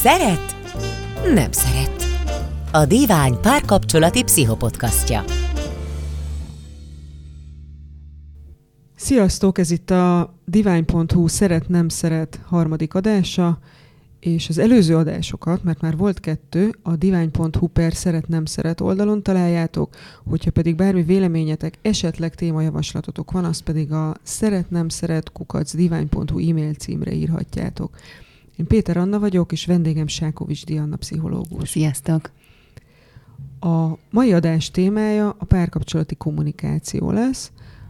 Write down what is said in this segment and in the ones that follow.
Szeret? Nem szeret. A Divány párkapcsolati pszichopodcastja. Sziasztok, ez itt a divány.hu szeret-nem szeret harmadik adása, és az előző adásokat, mert már volt 2, a divány.hu/szeret-nem szeret oldalon találjátok, hogyha pedig bármi véleményetek, esetleg témajavaslatotok van, azt pedig a szeret-nem-szeret@divány.hu e-mail címre írhatjátok. Én Péter Anna vagyok, és vendégem Sákovics Diana pszichológus. Sziasztok! A mai adás témája a párkapcsolati kommunikáció lesz,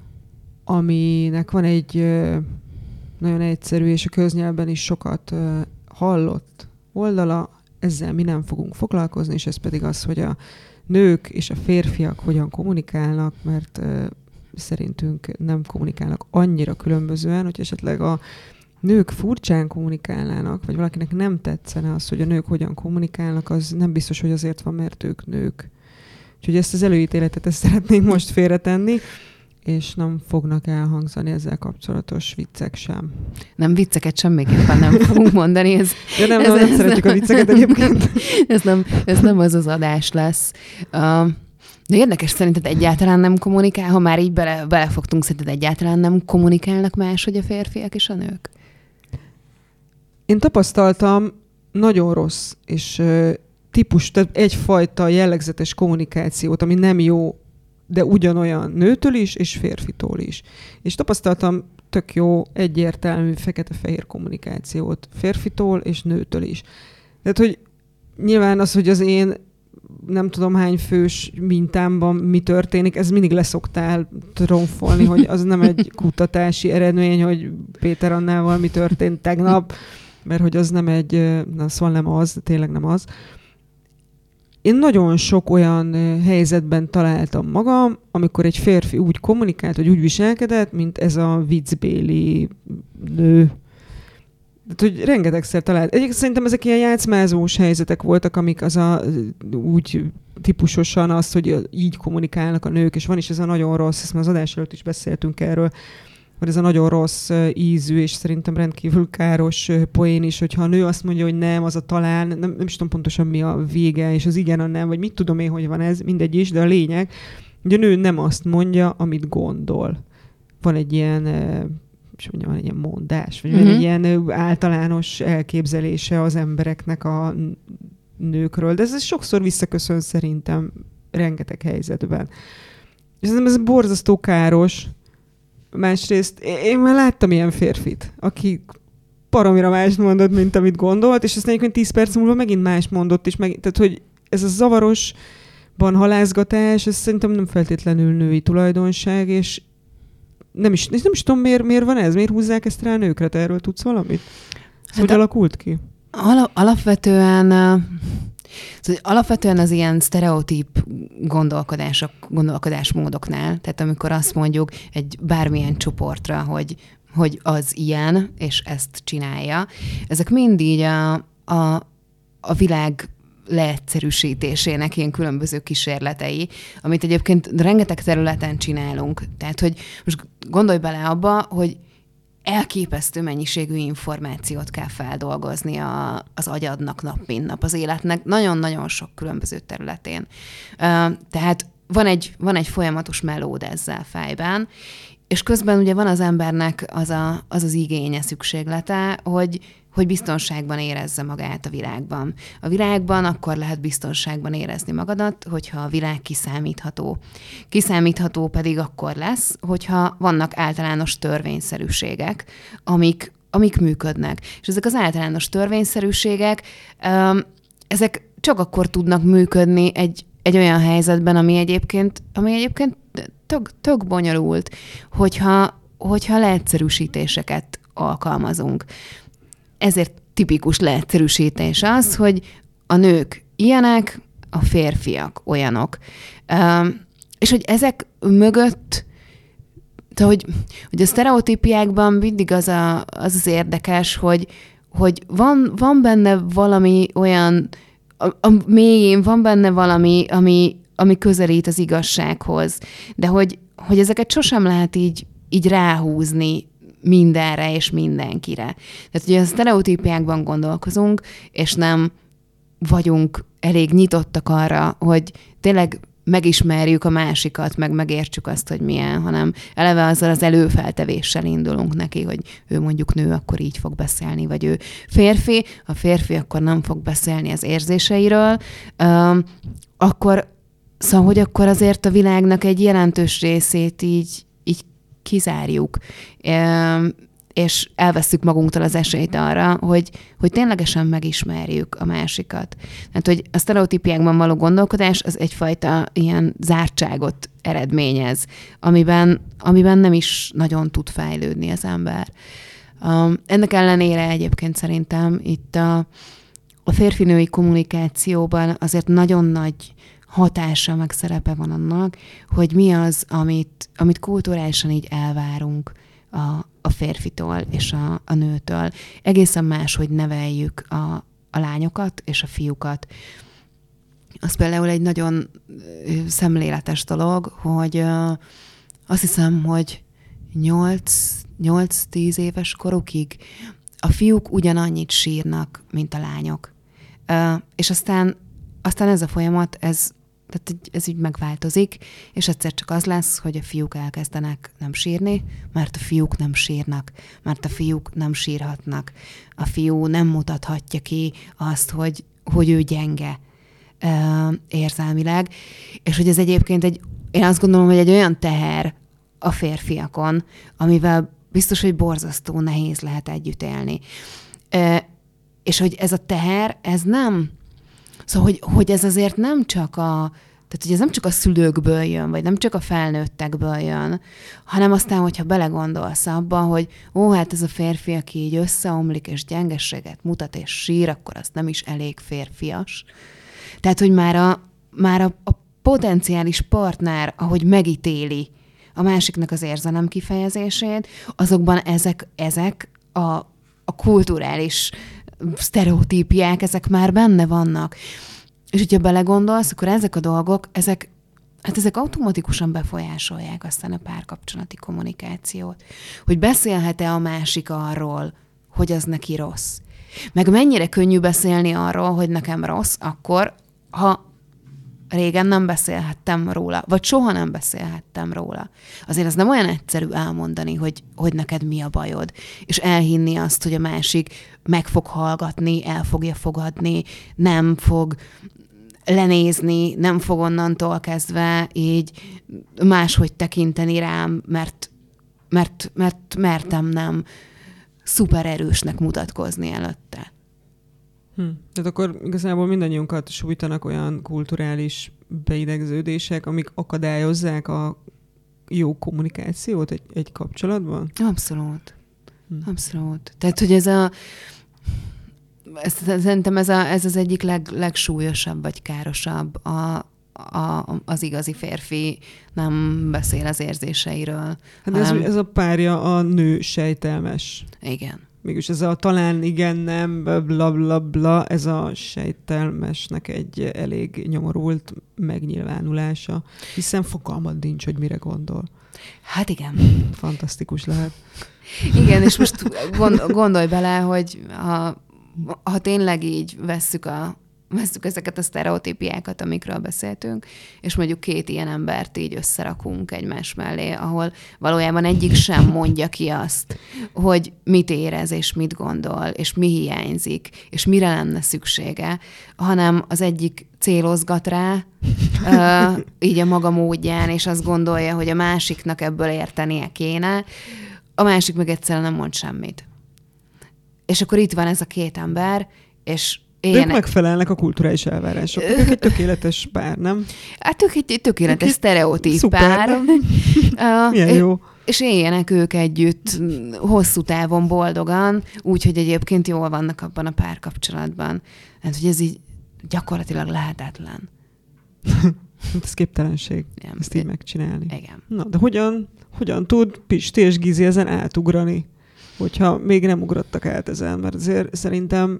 aminek van egy nagyon egyszerű és a köznyelvben is sokat hallott oldala, ezzel mi nem fogunk foglalkozni, és ez pedig az, hogy a nők és a férfiak hogyan kommunikálnak, mert szerintünk nem kommunikálnak annyira különbözően, hogy esetleg a nők furcsán kommunikálnának, vagy valakinek nem tetszene az, hogy a nők hogyan kommunikálnak, az nem biztos, hogy azért van, mert ők nők. Úgyhogy ezt az előítéletet szeretnénk most félretenni, és nem fognak elhangzani ezzel kapcsolatos viccek sem. Nem, vicceket semmiképpen nem fogunk mondani. Nem szeretjük a vicceket egyébként. Ez nem az az adás lesz. De érdekes, szerinted egyáltalán nem kommunikál, ha már így belefogtunk, szerinted egyáltalán nem kommunikálnak máshogy a férfiak és a nők? Én tapasztaltam nagyon rossz és tehát egyfajta jellegzetes kommunikációt, ami nem jó, de ugyanolyan nőtől is, és férfitól is. És tapasztaltam tök jó, egyértelmű, fekete-fehér kommunikációt férfitól és nőtől is. Tehát, hogy nyilván az, hogy az én nem tudom hány fős mintámban mi történik, ez mindig leszoktál tronfolni, hogy az nem egy kutatási eredmény, hogy Péter Annával mi történt tegnap, mert hogy az nem szóval nem az, tényleg nem az. Én nagyon sok olyan helyzetben találtam magam, amikor egy férfi úgy kommunikált, vagy úgy viselkedett, mint ez a viccbéli nő. Tehát, hogy rengetegszer talált. Egyébként szerintem ezek ilyen játszmázós helyzetek voltak, amik úgy típusosan azt, hogy így kommunikálnak a nők, és van is ez a nagyon rossz, ezt már az adás előtt is beszéltünk erről, hogy ez a nagyon rossz ízű, és szerintem rendkívül káros poén is, hogyha a nő azt mondja, hogy nem, az a talán, nem is tudom pontosan mi a vége, és az igen, a nem, vagy mit tudom én, hogy van ez, mindegy is, de a lényeg, hogy a nő nem azt mondja, amit gondol. Van egy ilyen, van egy ilyen mondás, vagy van egy ilyen általános elképzelése az embereknek a nőkről, de ez sokszor visszaköszön szerintem rengeteg helyzetben. És szerintem ez borzasztó káros. Másrészt én már láttam ilyen férfit, aki paromira mást mondott, mint amit gondolt, és aztán egyébként 10 perc múlva megint más mondott, és tehát, hogy ez a zavarosban halázgatás, ez szerintem nem feltétlenül női tulajdonság, és nem is tudom, miért van ez, miért húzzák ezt rá a nőkre, te erről tudsz valamit? Hogy alakult ki? Alapvetően az ilyen sztereotíp gondolkodásmódoknál, tehát amikor azt mondjuk egy bármilyen csoportra, hogy az ilyen, és ezt csinálja, ezek mind így a világ leegyszerűsítésének ilyen különböző kísérletei, amit egyébként rengeteg területen csinálunk. Tehát, hogy most gondolj bele abba, hogy elképesztő mennyiségű információt kell feldolgozni az agyadnak nap mint nap, az életnek nagyon-nagyon sok különböző területén. Tehát van egy folyamatos melód ezzel fejben, és közben ugye van az embernek az igénye, szükséglete, hogy biztonságban érezze magát a világban. A világban akkor lehet biztonságban érezni magadat, hogyha a világ kiszámítható. Kiszámítható pedig akkor lesz, hogyha vannak általános törvényszerűségek, amik működnek. És ezek az általános törvényszerűségek, ezek csak akkor tudnak működni egy olyan helyzetben, ami egyébként tök bonyolult, hogyha leegyszerűsítéseket alkalmazunk. Ezért tipikus leegyszerűsítés az, hogy a nők ilyenek, a férfiak olyanok. És hogy ezek mögött, hogy a sztereotípiákban mindig az érdekes, hogy van benne valami olyan, a mélyén van benne valami, ami közelít az igazsághoz, de hogy ezeket sosem lehet így ráhúzni mindenre és mindenkire. Tehát ugye a sztereotípiákban gondolkozunk, és nem vagyunk elég nyitottak arra, hogy tényleg megismerjük a másikat, meg megértsük azt, hogy milyen, hanem eleve azzal az előfeltevéssel indulunk neki, hogy ő mondjuk nő, akkor így fog beszélni, vagy ő férfi, a férfi akkor nem fog beszélni az érzéseiről, szóval, hogy akkor azért a világnak egy jelentős részét így kizárjuk, és elvesszük magunktól az esélyt arra, hogy ténylegesen megismerjük a másikat. Tehát, hogy a sztereotípiákban való gondolkodás az egyfajta ilyen zártságot eredményez, amiben nem is nagyon tud fejlődni az ember. Ennek ellenére egyébként szerintem itt a férfi-női kommunikációban azért nagyon nagy hatása meg szerepe van annak, hogy mi az, amit kulturálisan így elvárunk a férfitól és a nőtől. Egészen más, hogy neveljük a lányokat és a fiúkat. Az például egy nagyon szemléletes dolog, hogy azt hiszem, hogy 8-10 éves korukig a fiúk ugyanannyit sírnak, mint a lányok. És aztán ez a folyamat, ez így megváltozik, és egyszer csak az lesz, hogy a fiúk elkezdenek nem sírni, mert a fiúk nem sírnak, mert a fiúk nem sírhatnak. A fiú nem mutathatja ki azt, hogy ő gyenge érzelmileg, és hogy ez egyébként én azt gondolom, hogy egy olyan teher a férfiakon, amivel biztos, hogy borzasztó nehéz lehet együtt élni. És hogy ez a teher, ez nem... Szóval, hogy ez azért nem csak tehát, hogy ez nem csak a szülőkből jön, vagy nem csak a felnőttekből jön, hanem aztán, hogyha belegondolsz abba, hogy hát ez a férfi, aki így összeomlik, és gyengességet mutat, és sír, akkor az nem is elég férfias. Tehát, hogy már a potenciális partner, ahogy megítéli a másiknak az érzelem kifejezését, azokban ezek a kulturális sztereotípiák, ezek már benne vannak. És hogyha belegondolsz, akkor ezek a dolgok, ezek automatikusan befolyásolják aztán a párkapcsolati kommunikációt. Hogy beszélhet-e a másik arról, hogy az neki rossz. Meg mennyire könnyű beszélni arról, hogy nekem rossz, akkor, ha régen nem beszélhettem róla, vagy soha nem beszélhettem róla. Azért az nem olyan egyszerű elmondani, hogy neked mi a bajod, és elhinni azt, hogy a másik meg fog hallgatni, el fogja fogadni, nem fog lenézni, nem fog onnantól kezdve így máshogy tekinteni rám, mert mertem nem szuper erősnek mutatkozni előtte. Tehát akkor igazából mindannyiunkat sújtanak olyan kulturális beidegződések, amik akadályozzák a jó kommunikációt egy kapcsolatban? Abszolút. Abszolút. Tehát, hogy szerintem ez az egyik legsúlyosabb vagy károsabb. Az igazi férfi nem beszél az érzéseiről. Hát ez a párja a nő sejtelmes. Igen. Mégis ez a talán igen, nem, bla bla bla, ez a sejtelmesnek egy elég nyomorult megnyilvánulása, hiszen fogalmad nincs, hogy mire gondol. Hát igen. Fantasztikus lehet. Igen, és most gondolj bele, hogy ha tényleg így vesszük ezeket a sztereotípiákat, amikről beszéltünk, és mondjuk két ilyen embert így összerakunk egymás mellé, ahol valójában egyik sem mondja ki azt, hogy mit érez, és mit gondol, és mi hiányzik, és mire lenne szüksége, hanem az egyik célozgat rá, így a maga módján, és azt gondolja, hogy a másiknak ebből értenie kéne, a másik meg egyszerűen nem mond semmit. És akkor itt van ez a két ember, és ők megfelelnek a kulturális elvárásoknak. Ők egy tökéletes pár, nem? Hát ők egy tökéletes sztereotíp pár. Milyen jó. És éljenek ők együtt hosszú távon boldogan, úgyhogy egyébként jól vannak abban a párkapcsolatban. Hát, hogy ez így gyakorlatilag lehetetlen. Ez képtelenség, ezt így megcsinálni. Igen. Na, de hogyan tud Pisti és Gizi ezen átugrani, hogyha még nem ugrottak át ezen? Mert azért szerintem,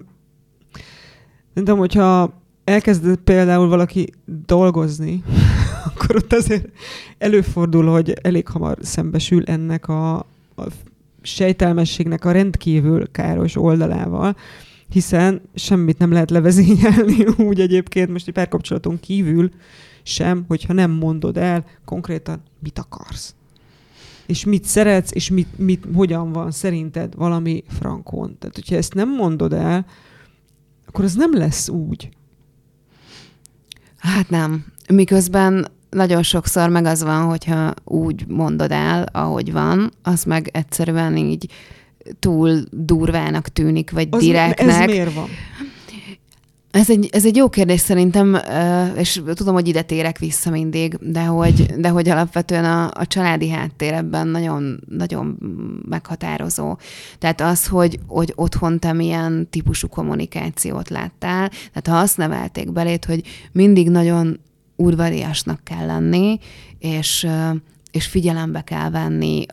hogyha elkezdett például valaki dolgozni, akkor ott azért előfordul, hogy elég hamar szembesül ennek a sejtelmességnek a rendkívül káros oldalával, hiszen semmit nem lehet levezényelni úgy egyébként most egy párkapcsolaton kívül sem, hogyha nem mondod el konkrétan, mit akarsz. És mit szeretsz, és hogyan van szerinted valami frankon. Tehát, hogyha ezt nem mondod el, akkor az nem lesz úgy. Hát nem. Miközben nagyon sokszor meg az van, hogyha úgy mondod el, ahogy van, az meg egyszerűen így túl durvának tűnik, vagy direktnek. Ez miért van? Ez egy jó kérdés szerintem, és tudom, hogy ide térek vissza mindig, de hogy alapvetően a családi háttér ebben nagyon, nagyon meghatározó. Tehát az, hogy otthon te milyen típusú kommunikációt láttál, tehát ha azt nevelték belét, hogy mindig nagyon udvariasnak kell lenni, és figyelembe kell venni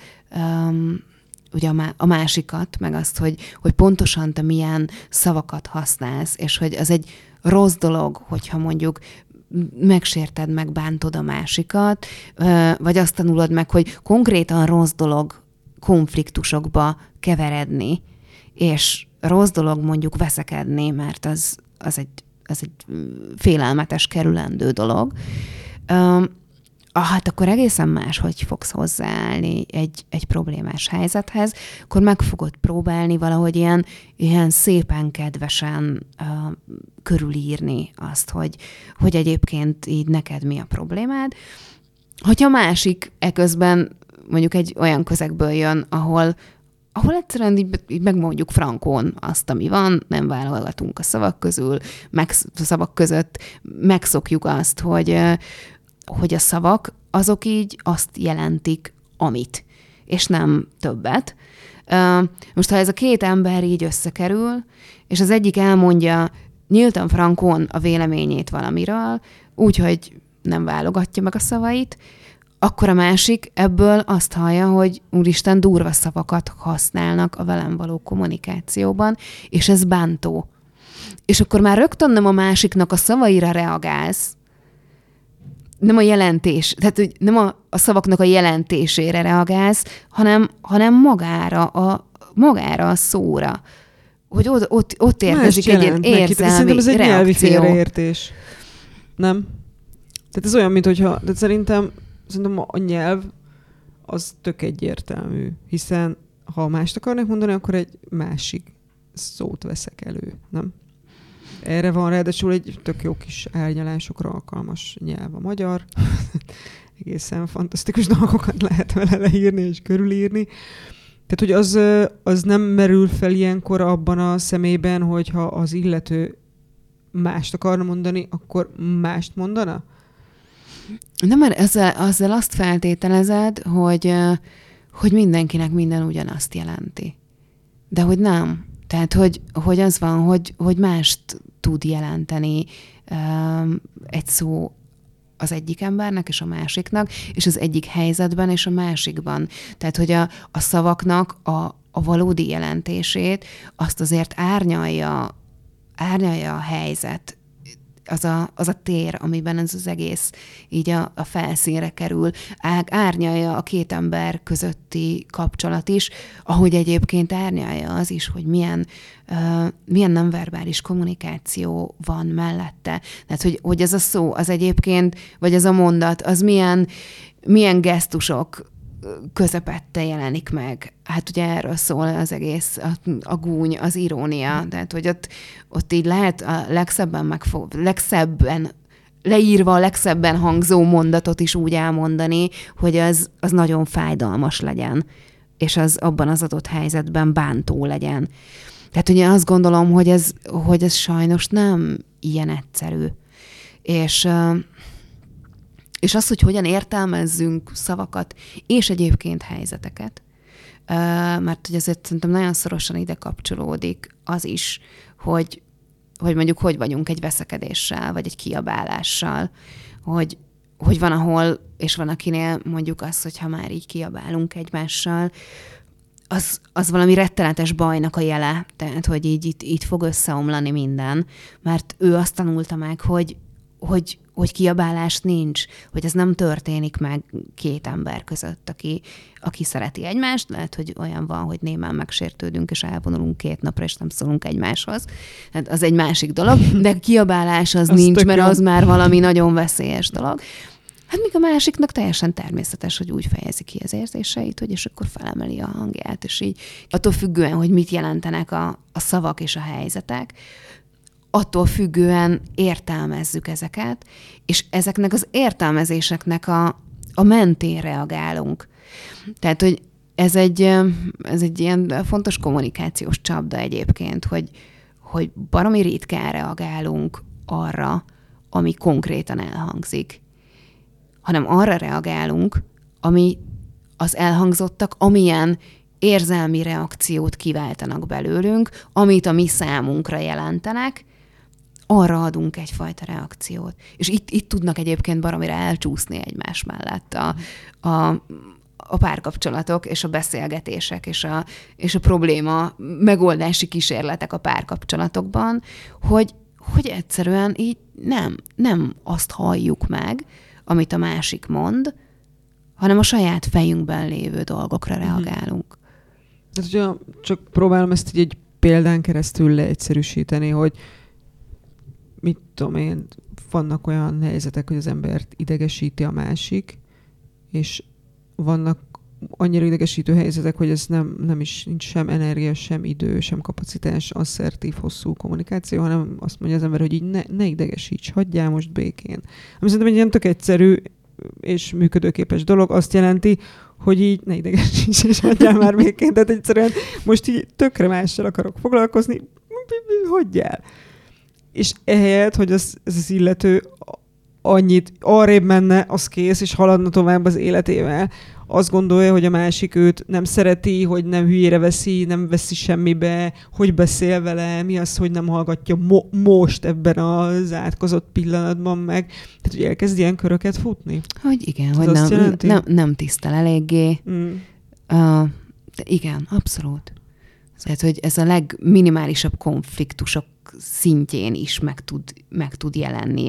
ugye a másikat, meg azt, hogy pontosan te milyen szavakat használsz, és hogy az egy rossz dolog, hogyha mondjuk megsérted, megbántod a másikat, vagy azt tanulod meg, hogy konkrétan rossz dolog konfliktusokba keveredni, és rossz dolog mondjuk veszekedni, mert az egy félelmetes, kerülendő dolog. Hát akkor egészen máshogy fogsz hozzáállni egy problémás helyzethez, akkor meg fogod próbálni valahogy ilyen szépen, kedvesen körülírni azt, hogy egyébként így neked mi a problémád. Hogyha másik eközben mondjuk egy olyan közegből jön, ahol egyszerűen így megmondjuk frankón azt, ami van, nem válogatunk a szavak között, megszokjuk azt, hogy a szavak azok így azt jelentik, amit, és nem többet. Most, ha ez a két ember így összekerül, és az egyik elmondja nyíltan frankón a véleményét valamiről, úgyhogy nem válogatja meg a szavait, akkor a másik ebből azt hallja, hogy úristen, durva szavakat használnak a velem való kommunikációban, és ez bántó. És akkor már rögtön nem a másiknak a szavaira reagálsz, nem a jelentés, tehát nem a szavaknak a jelentésére reagálsz, hanem magára a szóra. Hogy ott érkezik egy érzelmi szerintem ez egy reakció. Nyelvi félreértés. Nem? Tehát ez olyan, mint hogyha, de szerintem a nyelv az tök egyértelmű, hiszen ha mást akarnak mondani, akkor egy másik szót veszek elő, nem? Erre van ráadásul egy tök jó kis árnyalásokra alkalmas nyelv a magyar. Egészen fantasztikus dolgokat lehet vele leírni és körülírni. Tehát, hogy az nem merül fel ilyenkor abban a személyben, hogyha az illető mást akarna mondani, akkor mást mondana? Nem, mert ezzel azt feltételezed, hogy mindenkinek minden ugyanazt jelenti. De hogy nem. Tehát, hogy az van, hogy mást tud jelenteni egy szó az egyik embernek és a másiknak, és az egyik helyzetben és a másikban. Tehát, hogy a szavaknak a valódi jelentését azt azért árnyalja a helyzet, az a tér, amiben ez az egész így a felszínre kerül, árnyalja a két ember közötti kapcsolat is, ahogy egyébként árnyalja az is, hogy milyen nem verbális kommunikáció van mellette. Tehát, hogy ez a szó, az egyébként, vagy ez a mondat, az milyen gesztusok közepette jelenik meg. Hát ugye erről szól az egész, a gúny, az irónia. Tehát, hogy ott így lehet a legszebben leírva, a legszebben hangzó mondatot is úgy elmondani, hogy az nagyon fájdalmas legyen, és az abban az adott helyzetben bántó legyen. Tehát ugye azt gondolom, hogy ez sajnos nem ilyen egyszerű. És az, hogy hogyan értelmezzünk szavakat, és egyébként helyzeteket, mert hogy azért szerintem nagyon szorosan ide kapcsolódik az is, hogy mondjuk hogy vagyunk egy veszekedéssel, vagy egy kiabálással, hogy van ahol, és van akinél mondjuk az, hogyha már így kiabálunk egymással, az valami rettenetes bajnak a jele, tehát hogy így fog összeomlani minden, mert ő azt tanulta meg, hogy kiabálás nincs, hogy ez nem történik meg két ember között, aki szereti egymást. Lehet, hogy olyan van, hogy némán megsértődünk, és elvonulunk 2 napra, és nem szólunk egymáshoz. Hát az egy másik dolog, de kiabálás az nincs, mert az már valami nagyon veszélyes dolog. Hát míg a másiknak teljesen természetes, hogy úgy fejezi ki az érzéseit, hogy és akkor felemeli a hangját, és így attól függően, hogy mit jelentenek a szavak és a helyzetek, attól függően értelmezzük ezeket, és ezeknek az értelmezéseknek a mentén reagálunk. Tehát, hogy ez egy ilyen fontos kommunikációs csapda egyébként, hogy baromi ritkán reagálunk arra, ami konkrétan elhangzik, hanem arra reagálunk, ami az elhangzottak, amilyen érzelmi reakciót kiváltanak belőlünk, amit a mi számunkra jelentenek, arra adunk egyfajta reakciót. És itt tudnak egyébként baromira elcsúszni egymás mellett a párkapcsolatok, és a beszélgetések, és a probléma megoldási kísérletek a párkapcsolatokban, hogy egyszerűen így nem azt halljuk meg, amit a másik mond, hanem a saját fejünkben lévő dolgokra reagálunk. Tehát, hogyha csak próbálom ezt így egy példán keresztül leegyszerűsíteni, hogy mit tudom én, vannak olyan helyzetek, hogy az embert idegesíti a másik, és vannak annyira idegesítő helyzetek, hogy ez nem is nincs sem energia, sem idő, sem kapacitás, asszertív, hosszú kommunikáció, hanem azt mondja az ember, hogy így ne idegesíts, hagyjál most békén. Ami szerintem egy ilyen tök egyszerű és működőképes dolog, azt jelenti, hogy így ne idegesíts, és hagyjál már békén. Tehát egyszerűen most így tökre mással akarok foglalkozni, hagyjál. És ehelyett, hogy ez az illető annyit arrébb menne, az kész, és haladna tovább az életével. Azt gondolja, hogy a másik őt nem szereti, hogy nem hülyére veszi, nem veszi semmibe, hogy beszél vele, mi az, hogy nem hallgatja most ebben az átkozott pillanatban meg. Tehát, hogy elkezd ilyen köröket futni. Hogy igen, hogy nem tisztel eléggé. Igen, abszolút. Tehát, hogy ez a legminimálisabb konfliktusok szintjén is meg tud jelenni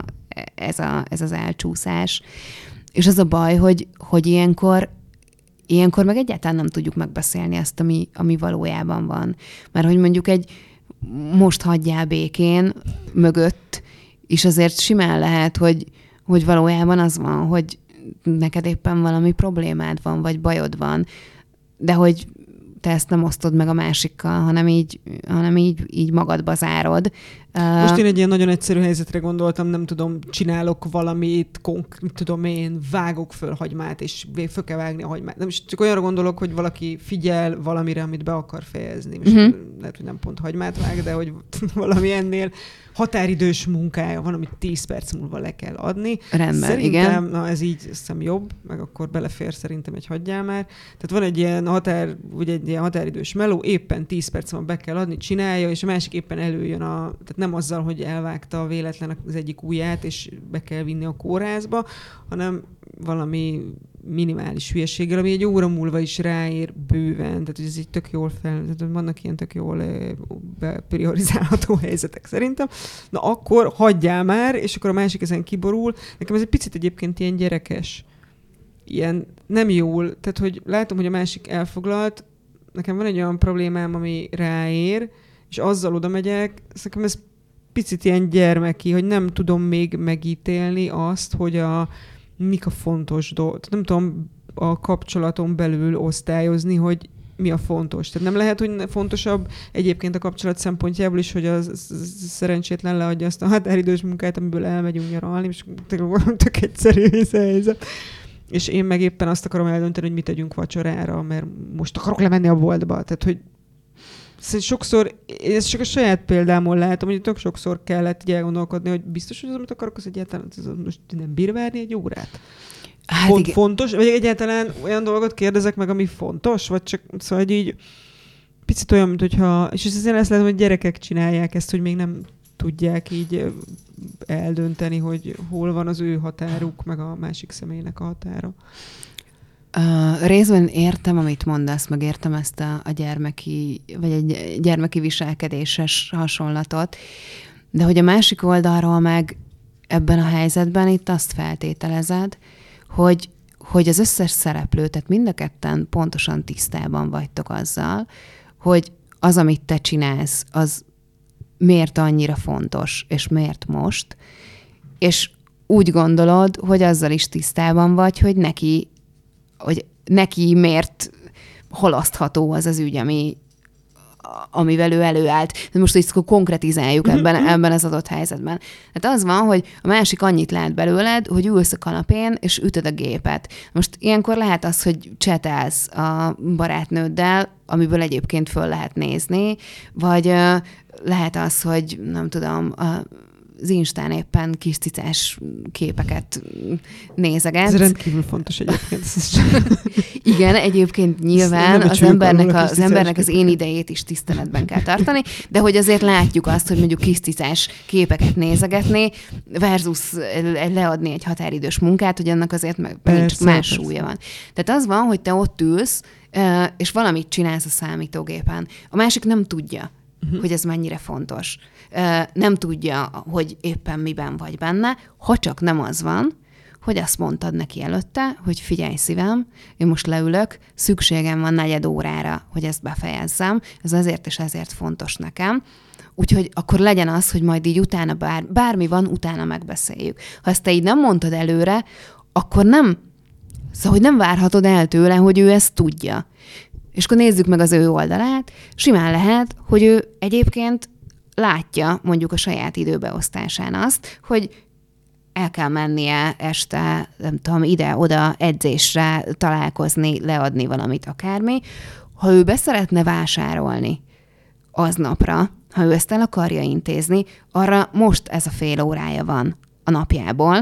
ez az elcsúszás. És az a baj, hogy ilyenkor meg egyáltalán nem tudjuk megbeszélni ezt, ami valójában van. Mert hogy mondjuk egy most hagyjál békén mögött, és azért simán lehet, hogy valójában az van, hogy neked éppen valami problémád van, vagy bajod van, de hogy te ezt nem osztod meg a másikkal, hanem így magadba zárod. Most én egy ilyen nagyon egyszerű helyzetre gondoltam, nem tudom, csinálok valamit, tudom én, vágok föl hagymát, és föl kell vágni a hagymát. Nem, csak olyanra gondolok, hogy valaki figyel valamire, amit be akar fejezni. Most lehet, hogy nem pont hagymát vág, de hogy valami ennél határidős munkája van, amit 10 perc múlva le kell adni. Rendben, szerintem, igen. ez így azt hiszem jobb, meg akkor belefér szerintem egy hagyjál már. Tehát van egy ilyen határidős meló, éppen 10 perc van be kell adni, csinálja, és a másik éppen előjön tehát nem azzal, hogy elvágta véletlen az egyik ujját, és be kell vinni a kórházba, hanem valami minimális hülyeséggel, ami egy óra múlva is ráér bőven. Tehát, hogy ez így tök jól vannak ilyen tök jól priorizálható helyzetek szerintem. Na akkor hagyjál már, és akkor a másik ezen kiborul. Nekem ez egy picit egyébként ilyen gyerekes. Ilyen nem jól. Tehát, hogy látom, hogy a másik elfoglalt. Nekem van egy olyan problémám, ami ráér, és azzal oda megyek. Nekem ez picit ilyen gyermeki, hogy nem tudom még megítélni azt, hogy mik a fontos dolgok. Nem tudom a kapcsolaton belül osztályozni, hogy mi a fontos. Tehát nem lehet, hogy fontosabb egyébként a kapcsolat szempontjából is, hogy a szerencsétlen leadja azt a határidős munkát, amiből elmegyünk nyaralni, és tök egyszerű helyzet. És én meg éppen azt akarom eldönteni, hogy mit tegyünk vacsorára, mert most akarok lemenni a boltba. Tehát, hogy sokszor, ez csak a saját példámon látom, hogy tök sokszor kellett így elgondolkodni, hogy biztos, hogy az, amit akarok, az egyáltalán most nem bír várni egy órát? Hát fontos? Vagy egyáltalán olyan dolgot kérdezek meg, ami fontos? Vagy csak szóval így picit olyan, mint hogyha, és azért azt látom, hogy gyerekek csinálják ezt, hogy még nem tudják így eldönteni, hogy hol van az ő határuk, meg a másik személynek a határa. Részben értem, amit mondasz, meg értem ezt a gyermeki, vagy egy gyermeki viselkedéses hasonlatot, de hogy a másik oldalról meg ebben a helyzetben itt azt feltételezed, hogy az összes szereplő, tehát mind a ketten pontosan tisztában vagytok azzal, hogy az, amit te csinálsz, az miért annyira fontos, és miért most, és úgy gondolod, hogy azzal is tisztában vagy, hogy neki miért halasztható az az ügy, amivel ő előállt. De most így konkretizáljuk ebben az adott helyzetben. Tehát az van, hogy a másik annyit lát belőled, hogy ülsz a kanapén, és ütöd a gépet. Most ilyenkor lehet az, hogy csetelsz a barátnőddel, amiből egyébként föl lehet nézni, vagy lehet az, hogy nem tudom, az Instán éppen kis cicás képeket nézeget. Ez rendkívül fontos egyébként. Igen, egyébként nyilván az embernek az én idejét is tiszteletben kell tartani, de hogy azért látjuk azt, hogy mondjuk kis cicás képeket nézegetni versus leadni egy határidős munkát, hogy annak azért csak más súlya van. Tehát az van, hogy te ott ülsz, és valamit csinálsz a számítógépen. A másik nem tudja, hogy ez mennyire fontos. Nem tudja, hogy éppen miben vagy benne, ha csak nem az van, hogy azt mondtad neki előtte, hogy figyelj szívem, én most leülök, szükségem van 4 órára, hogy ezt befejezzem, ez azért és ezért fontos nekem, úgyhogy akkor legyen az, hogy majd így utána bármi van, utána megbeszéljük. Ha ezt te így nem mondtad előre, akkor hogy nem várhatod el tőle, hogy ő ezt tudja. És akkor nézzük meg az ő oldalát. Simán lehet, hogy ő egyébként látja mondjuk a saját időbeosztásán azt, hogy el kell mennie este, nem tudom, ide-oda edzésre, találkozni, leadni valamit, akármi. Ha ő beszeretne vásárolni aznapra, ha ő ezt el akarja intézni, arra most ez a fél órája van a napjából.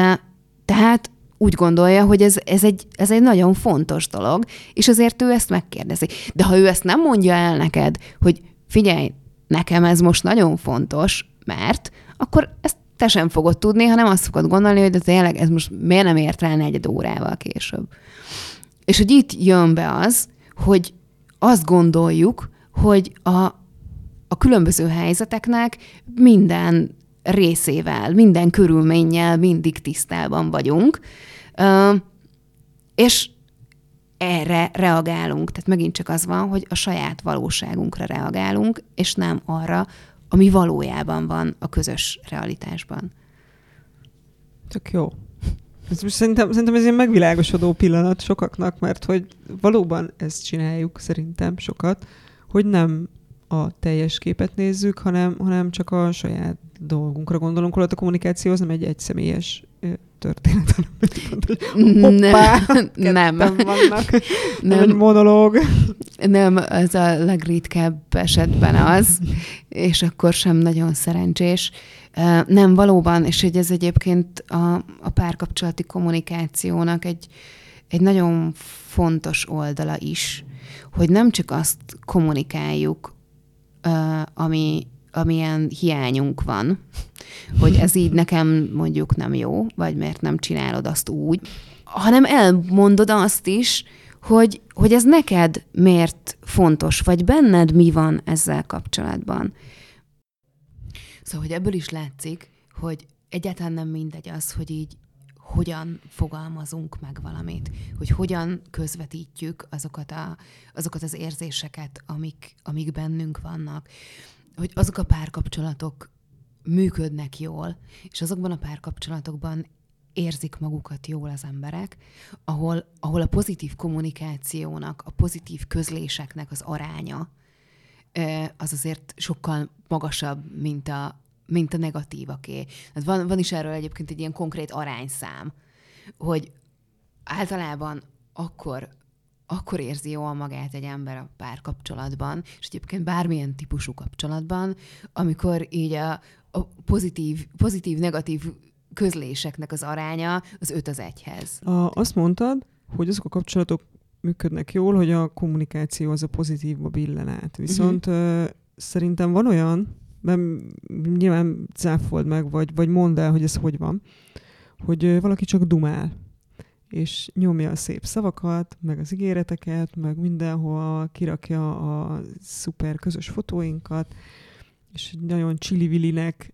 Tehát úgy gondolja, hogy ez egy nagyon fontos dolog, és azért ő ezt megkérdezi. De ha ő ezt nem mondja el neked, hogy figyelj, nekem ez most nagyon fontos, mert akkor ezt te sem fogod tudni, hanem azt fogod gondolni, hogy de tényleg ez most miért nem ért rá 4 órával később. És hogy itt jön be az, hogy azt gondoljuk, hogy a különböző helyzeteknek minden részével, minden körülménnyel mindig tisztában vagyunk, és erre reagálunk. Tehát megint csak az van, hogy a saját valóságunkra reagálunk, és nem arra, ami valójában van a közös realitásban. Tök jó. Szerintem ez egy megvilágosodó pillanat sokaknak, mert hogy valóban ezt csináljuk szerintem sokat, hogy nem a teljes képet nézzük, hanem csak a saját dolgunkra gondolunk, holott a kommunikáció az nem egy egyszemélyes történet, hoppá, nem vannak, nem egy monológ. Nem, ez a legritkább esetben az, és akkor sem nagyon szerencsés. Nem, valóban, és hogy ez egyébként a párkapcsolati kommunikációnak egy nagyon fontos oldala is, hogy nem csak azt kommunikáljuk, amilyen hiányunk van, hogy ez így nekem mondjuk nem jó, vagy miért nem csinálod azt úgy, hanem elmondod azt is, hogy ez neked miért fontos, vagy benned mi van ezzel kapcsolatban. Szóval, hogy ebből is látszik, hogy egyáltalán nem mindegy az, hogy így hogyan fogalmazunk meg valamit, hogy hogyan közvetítjük azokat az érzéseket, amik bennünk vannak, hogy azok a párkapcsolatok működnek jól, és azokban a párkapcsolatokban érzik magukat jól az emberek, ahol a pozitív kommunikációnak, a pozitív közléseknek az aránya az azért sokkal magasabb, mint a negatívaké. Hát van is erről egyébként egy ilyen konkrét arányszám, hogy általában akkor érzi jól magát egy ember a párkapcsolatban, és egyébként bármilyen típusú kapcsolatban, amikor így a pozitív-negatív közléseknek az aránya az 5:1. Azt mondtad, hogy azok a kapcsolatok működnek jól, hogy a kommunikáció az a pozitívba billen át. Viszont szerintem van olyan, mert nyilván cáfold meg, vagy mondd el, hogy ez hogy van, hogy valaki csak dumál, és nyomja a szép szavakat, meg az ígéreteket, meg mindenhol kirakja a szuper közös fotóinkat, és nagyon csili-vilinek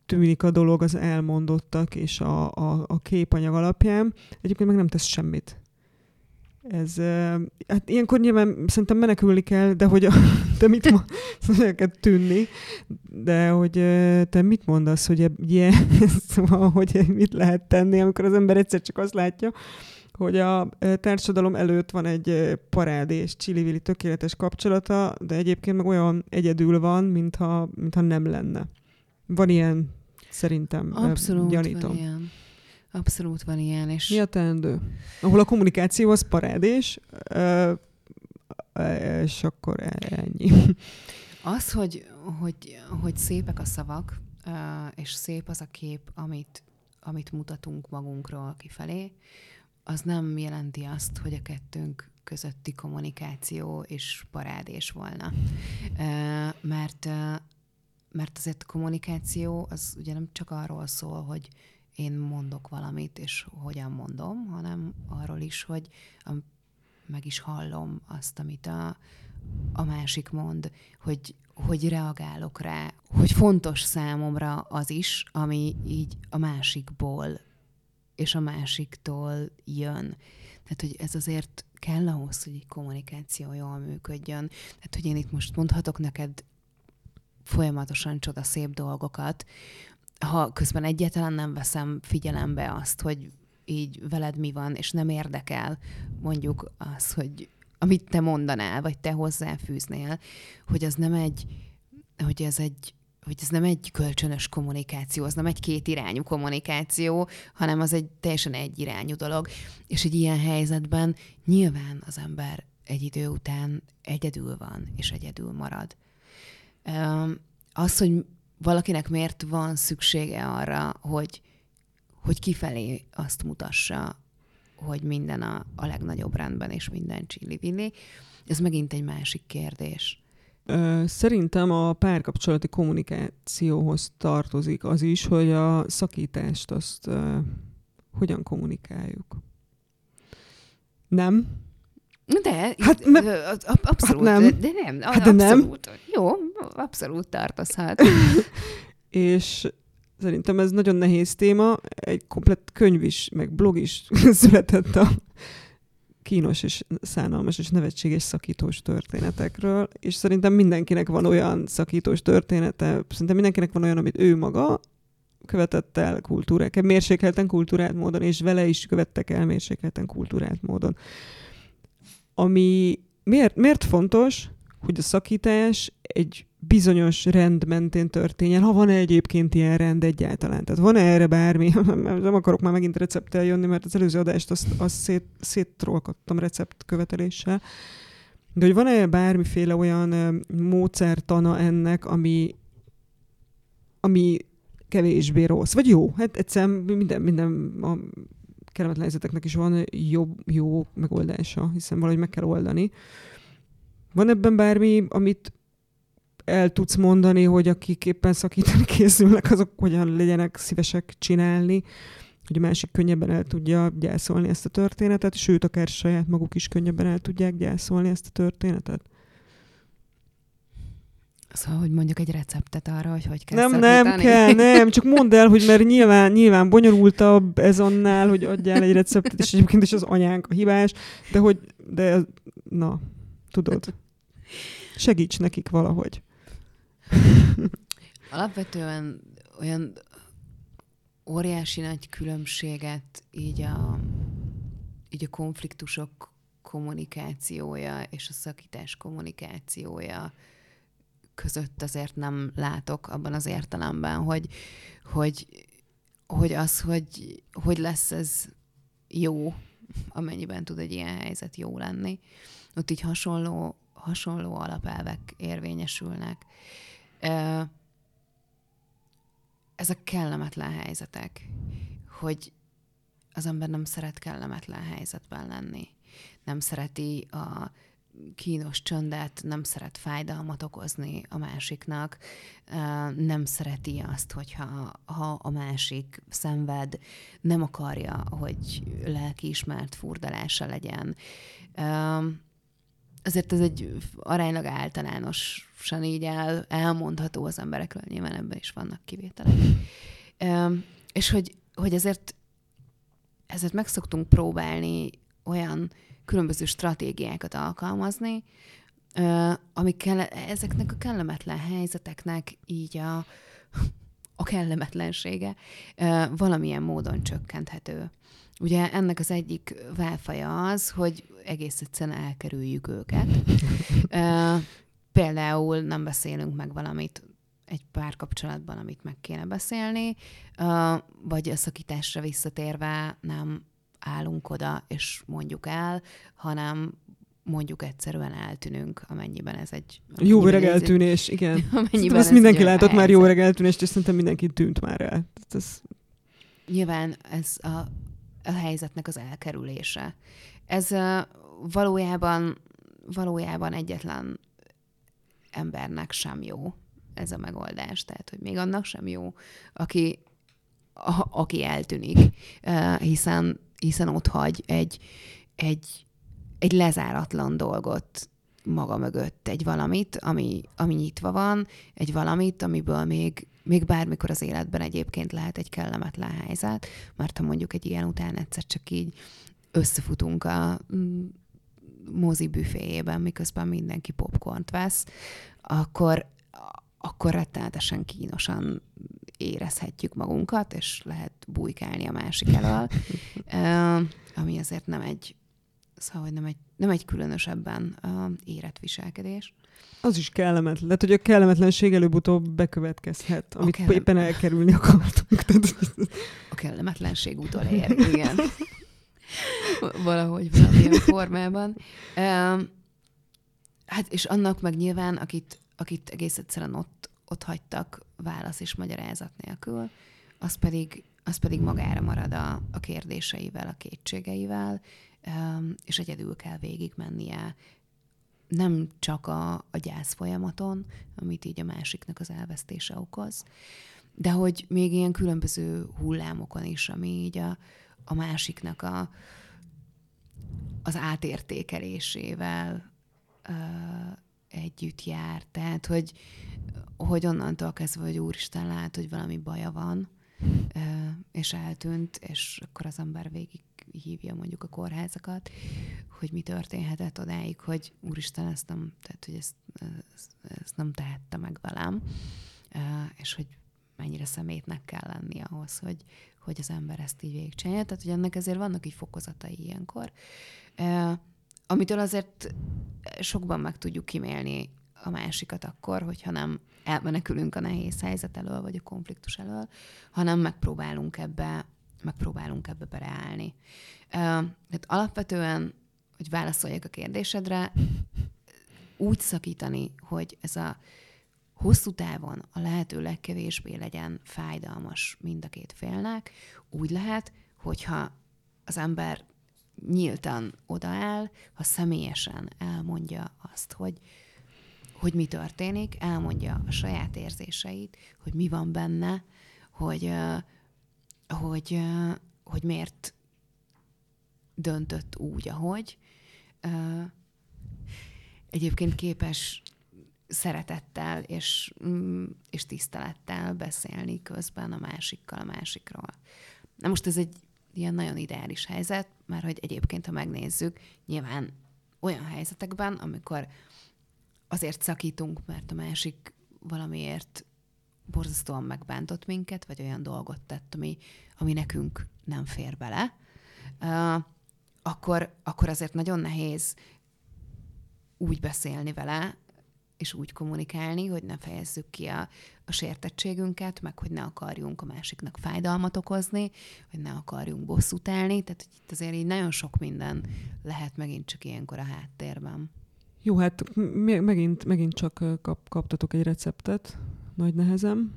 tűnik a dolog az elmondottak és a képanyag alapján. Egyébként meg nem tesz semmit. Ez, hát ilyenkor nyilván szerintem menekülni kell, de hogy te mit mondasz, el kell tűnni, de hogy te mit mondasz, hogy szóval, hogy mit lehet tenni, amikor az ember egyszer csak azt látja, hogy a társadalom előtt van egy parádés, csili-vili tökéletes kapcsolata, de egyébként meg olyan egyedül van, mintha nem lenne. Van ilyen, szerintem, Abszolút gyanítom. van ilyen. Abszolút van ilyen. És... Mi a teendő? Ahol a kommunikáció az parádés, és akkor ennyi. Az, hogy szépek a szavak, és szép az a kép, amit mutatunk magunkról kifelé, az nem jelenti azt, hogy a kettőnk közötti kommunikáció és parádés volna. Mert azért a kommunikáció az ugye nem csak arról szól, hogy én mondok valamit, és hogyan mondom, hanem arról is, hogy meg is hallom azt, amit a másik mond, hogy reagálok rá, hogy fontos számomra az is, ami így a másikból és a másiktól jön. Tehát, hogy ez azért kell ahhoz, hogy egy kommunikáció jól működjön. Tehát, hogy én itt most mondhatok neked folyamatosan csodaszép dolgokat, ha közben egyáltalán nem veszem figyelembe azt, hogy így veled mi van, és nem érdekel mondjuk az, hogy amit te mondanál, vagy te hozzáfűznél, hogy az nem hogy ez nem egy kölcsönös kommunikáció, az nem egy kétirányú kommunikáció, hanem az egy teljesen egyirányú dolog. És egy ilyen helyzetben nyilván az ember egy idő után egyedül van, és egyedül marad. Az, hogy valakinek miért van szüksége arra, hogy kifelé azt mutassa, hogy minden a legnagyobb rendben, és minden csili-villi, ez megint egy másik kérdés. Szerintem a párkapcsolati kommunikációhoz tartozik az is, hogy a szakítást azt hogyan kommunikáljuk. Nem? De, hát abszolút. Hát nem. De nem. Hát de abszolút. nem. Jó, abszolút tartozhat. És szerintem ez nagyon nehéz téma. Egy komplett könyv is, meg blog is született a kínos és szánalmas és nevetséges szakítós történetekről, és szerintem mindenkinek van olyan szakítós története, szerintem mindenkinek van olyan, amit ő maga követett el mérsékelten kultúrált módon, és vele is követtek el mérsékelten kultúrált módon. Ami miért fontos, hogy a szakítás egy bizonyos rend mentén történjen, ha van egyébként ilyen rend egyáltalán. Tehát van erre bármi, nem akarok már megint recepttel jönni, mert az előző adást azt széttrolkodtam receptköveteléssel, de hogy van-e bármiféle olyan módszertana ennek, ami kevésbé rossz, vagy jó. Hát egyszerűen minden a kellemetlen helyzeteknek is van jó megoldása, hiszen valahogy meg kell oldani. Van ebben bármi, amit el tudsz mondani, hogy akik éppen szakítani készülnek, azok hogyan legyenek szívesek csinálni, hogy a másik könnyebben el tudja gyászolni ezt a történetet, sőt, akár saját maguk is könnyebben el tudják gyászolni ezt a történetet? Szóval, hogy mondjuk egy receptet arra, hogy kell szakítani. Nem kell, nem, csak mondd el, hogy mert nyilván bonyolultabb ez annál, hogy adjál egy receptet, és egyébként is az anyánk a hibás, de na, tudod, segíts nekik valahogy. Alapvetően olyan óriási nagy különbséget így a konfliktusok kommunikációja és a szakítás kommunikációja között azért nem látok abban az értelemben, hogy lesz ez jó, amennyiben tud egy ilyen helyzet jó lenni. Ott így hasonló alapelvek érvényesülnek. Ezek kellemetlen helyzetek, hogy az ember nem szeret kellemetlen helyzetben lenni. Nem szereti a kínos csöndet, nem szeret fájdalmat okozni a másiknak, nem szereti azt, hogyha a másik szenved, nem akarja, hogy lelkiismert furdalása legyen. azért ez egy aránylag általánosan így elmondható az emberekről, nyilván ebben is vannak kivételek. És hogy ezért meg szoktunk próbálni olyan különböző stratégiákat alkalmazni, amikkel ezeknek a kellemetlen helyzeteknek így a kellemetlensége valamilyen módon csökkenthető. Ugye ennek az egyik válfaja az, hogy egész egyszerűen elkerüljük őket. Például nem beszélünk meg valamit egy párkapcsolatban, amit meg kéne beszélni, vagy a szakításra visszatérve nem állunk oda és mondjuk el, hanem mondjuk egyszerűen eltűnünk, amennyiben ez egy... Jó öreg eltűnés, igen. Ezt mindenki látott már jó öreg eltűnést, és szerintem mindenki tűnt már el. Nyilván ez a helyzetnek az elkerülése. Ez valójában egyetlen embernek sem jó ez a megoldás. Tehát, hogy még annak sem jó, aki eltűnik, hiszen ott hagy egy lezáratlan dolgot maga mögött, egy valamit, ami nyitva van, egy valamit, amiből még bármikor az életben egyébként lehet egy kellemetlen helyzet, mert ha mondjuk egy ilyen után egyszer csak így összefutunk a mozi büféjében, miközben mindenki popcornt vesz, akkor rettenetesen kínosan érezhetjük magunkat, és lehet bujkálni a másik elől, ami azért nem egy különösebben érett viselkedés. Az is kellemetlen. Lehet, hogy a kellemetlenség előbb-utóbb bekövetkezhet, amit éppen elkerülni akartunk. A kellemetlenség utolér, igen. Valahogy valamilyen formában. Hát és annak meg nyilván, akit egész egyszerűen ott hagytak válasz és magyarázat nélkül, az pedig magára marad a kérdéseivel, a kétségeivel, és egyedül kell végigmennie nem csak a gyász folyamaton, amit így a másiknak az elvesztése okoz, de hogy még ilyen különböző hullámokon is, ami így a másiknak az átértékelésével együtt jár. Tehát, hogy onnantól kezdve, hogy úristen lát, hogy valami baja van, és eltűnt, és akkor az ember végig hívja mondjuk a kórházakat, hogy mi történhetett odáig, hogy úristen, ezt nem tehette meg velem, és hogy mennyire szemétnek kell lenni ahhoz, hogy az ember ezt így végigcsinálja. Tehát, hogy ennek ezért vannak így fokozatai ilyenkor, amitől azért sokban meg tudjuk kimélni a másikat akkor, hogyha nem elmenekülünk a nehéz helyzet elől, vagy a konfliktus elől, hanem megpróbálunk ebbe bereállni. Tehát alapvetően, hogy válaszoljak a kérdésedre, úgy szakítani, hogy ez a hosszú távon a lehető legkevésbé legyen fájdalmas mind a két félnek, úgy lehet, hogyha az ember nyíltan odaáll, ha személyesen elmondja azt, hogy mi történik, elmondja a saját érzéseit, hogy mi van benne, hogy miért döntött úgy, ahogy. Egyébként képes szeretettel és tisztelettel beszélni közben a másikról. Na most ez egy ilyen nagyon ideális helyzet, mert hogy egyébként, ha megnézzük, nyilván olyan helyzetekben, amikor azért szakítunk, mert a másik valamiért borzasztóan megbántott minket, vagy olyan dolgot tett, ami nekünk nem fér bele, akkor azért nagyon nehéz úgy beszélni vele, és úgy kommunikálni, hogy ne fejezzük ki a sértettségünket, meg hogy ne akarjunk a másiknak fájdalmat okozni, hogy ne akarjunk bosszút állni. Tehát itt azért így nagyon sok minden lehet megint csak ilyenkor a háttérben. Jó, hát megint csak kaptatok egy receptet, nagy nehezem.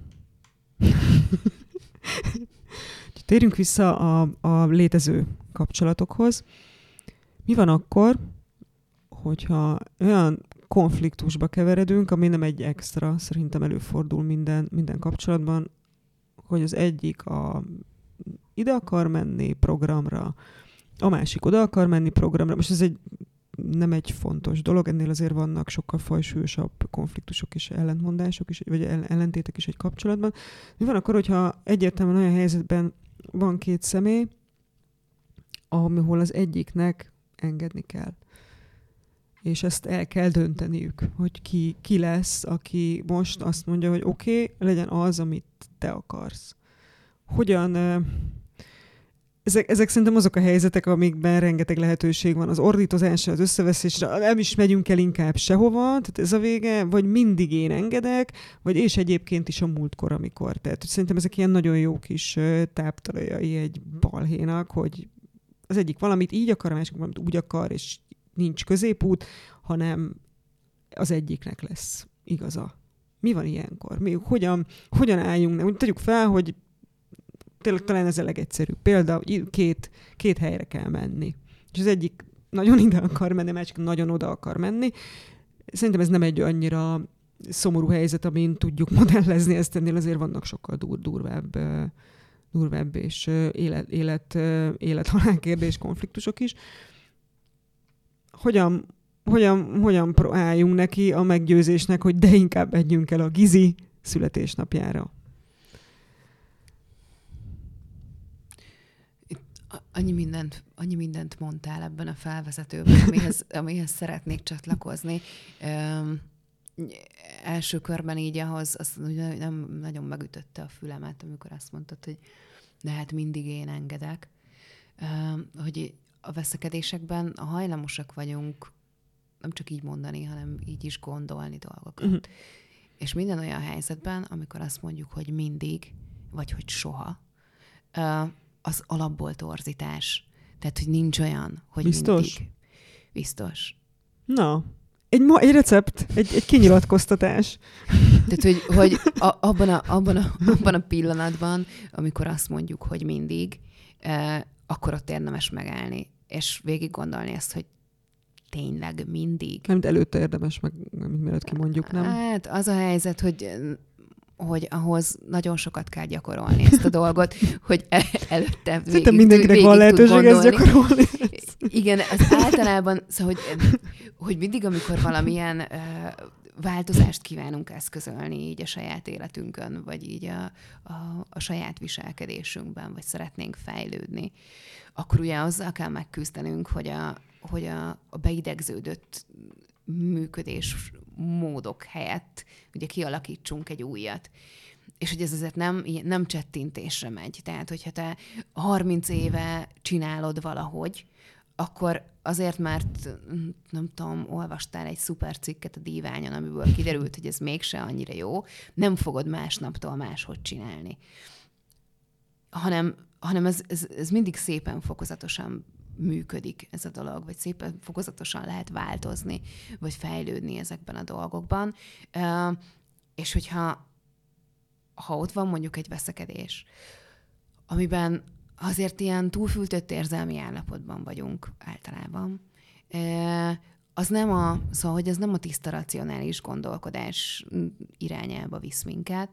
Térjünk vissza a létező kapcsolatokhoz. Mi van akkor, hogyha olyan konfliktusba keveredünk, ami nem egy extra, szerintem előfordul minden kapcsolatban, hogy az egyik ide akar menni programra, a másik oda akar menni programra. Most ez egy nem egy fontos dolog, ennél azért vannak sokkal fajsúlyosabb konfliktusok és ellentmondások is, vagy ellentétek is egy kapcsolatban. Mi van akkor, hogyha egyértelműen olyan helyzetben van két személy, ahol az egyiknek engedni kell. És ezt el kell dönteniük, hogy ki lesz, aki most azt mondja, hogy oké, legyen az, amit te akarsz. Hogyan... Ezek szerintem azok a helyzetek, amikben rengeteg lehetőség van az ordítozásra, az összeveszésre, nem is megyünk el inkább sehova, tehát ez a vége, vagy mindig én engedek, vagy és egyébként is a múltkor, amikor. Tehát szerintem ezek ilyen nagyon jó kis táptalajai egy balhénak, hogy az egyik valamit így akar, a másik valamit úgy akar, és nincs középút, hanem az egyiknek lesz igaza. Mi van ilyenkor? Hogyan álljunk? Tegyük fel, hogy tényleg talán ez a legegyszerűbb példa, hogy két helyre kell menni. És az egyik nagyon ide akar menni, a másik nagyon oda akar menni. Szerintem ez nem egy annyira szomorú helyzet, amin tudjuk modellezni, ezt ennél azért vannak sokkal durvább és élet-halál kérdés konfliktusok is. Hogyan álljunk neki a meggyőzésnek, hogy de inkább menjünk el a Gizi születésnapjára? Annyi mindent mondtál ebben a felvezetőben, amihez szeretnék csatlakozni. Első körben így ahhoz nem nagyon megütötte a fülemet, amikor azt mondtad, hogy de hát mindig én engedek. Hogy a veszekedésekben hajlamosak vagyunk nem csak így mondani, hanem így is gondolni dolgokat. Uh-huh. És minden olyan helyzetben, amikor azt mondjuk, hogy mindig, vagy hogy soha, az alapból torzítás. Tehát, hogy nincs olyan, hogy biztos? Mindig. Biztos. Na, egy recept, egy kinyilatkoztatás. Tehát, hogy abban a pillanatban, amikor azt mondjuk, hogy mindig, akkor ott érdemes megállni, és végig gondolni ezt, hogy tényleg mindig. Nem, előtte érdemes meg, mielőtt kimondjuk, nem? Hát az a helyzet, hogy ahhoz nagyon sokat kell gyakorolni ezt a dolgot, hogy előtte szerintem mindenkinek van lehetőség ezt gyakorolni. Igen, az általában, szóval, hogy mindig, amikor valamilyen változást kívánunk eszközölni így a saját életünkön, vagy így a saját viselkedésünkben, vagy szeretnénk fejlődni, akkor ugye azzal kell megküzdenünk, hogy a beidegződött működés módok helyett ugye kialakítsunk egy újat. És hogy ez azért nem csettintésre megy. Tehát, hogyha te 30 éve csinálod valahogy, akkor azért, mert nem tudom, olvastál egy szuper cikket a Díványon, amiből kiderült, hogy ez mégse annyira jó, nem fogod másnaptól máshogy csinálni. Hanem ez mindig szépen fokozatosan működik ez a dolog, vagy szépen fokozatosan lehet változni, vagy fejlődni ezekben a dolgokban. És hogyha ott van mondjuk egy veszekedés, amiben azért ilyen túlfűtött érzelmi állapotban vagyunk általában, szóval, hogy ez nem a tiszta racionális gondolkodás irányába visz minket,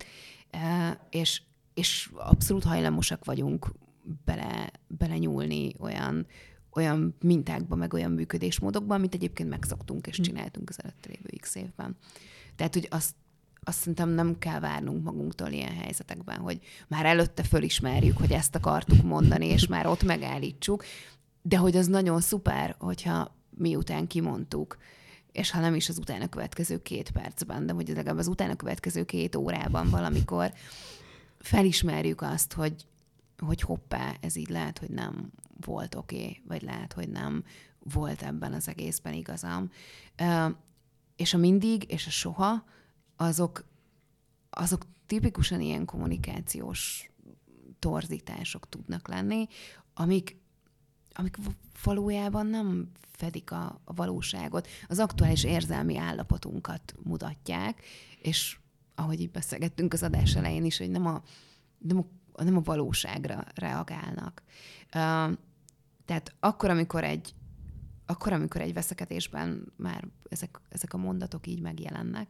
és abszolút hajlamosak vagyunk belenyúlni olyan mintákba, meg olyan működésmódokba, amit egyébként megszoktunk és csináltunk az előtte lévő x évben. Tehát, hogy azt szerintem nem kell várnunk magunktól ilyen helyzetekben, hogy már előtte fölismerjük, hogy ezt akartuk mondani, és már ott megállítsuk, de hogy az nagyon szuper, hogyha miután kimondtuk, és ha nem is az utána következő 2 percben, de hogy legalább az utána következő 2 órában valamikor felismerjük azt, hogy hoppá, ez így lehet, hogy nem volt oké, vagy lehet, hogy nem volt ebben az egészben igazam. És a mindig és a soha, azok tipikusan ilyen kommunikációs torzítások tudnak lenni, amik valójában nem fedik a valóságot, az aktuális érzelmi állapotunkat mutatják, és ahogy így beszélgettünk az adás elején is, hogy nem a valóságra reagálnak. Tehát akkor, amikor egy veszekedésben már ezek a mondatok így megjelennek,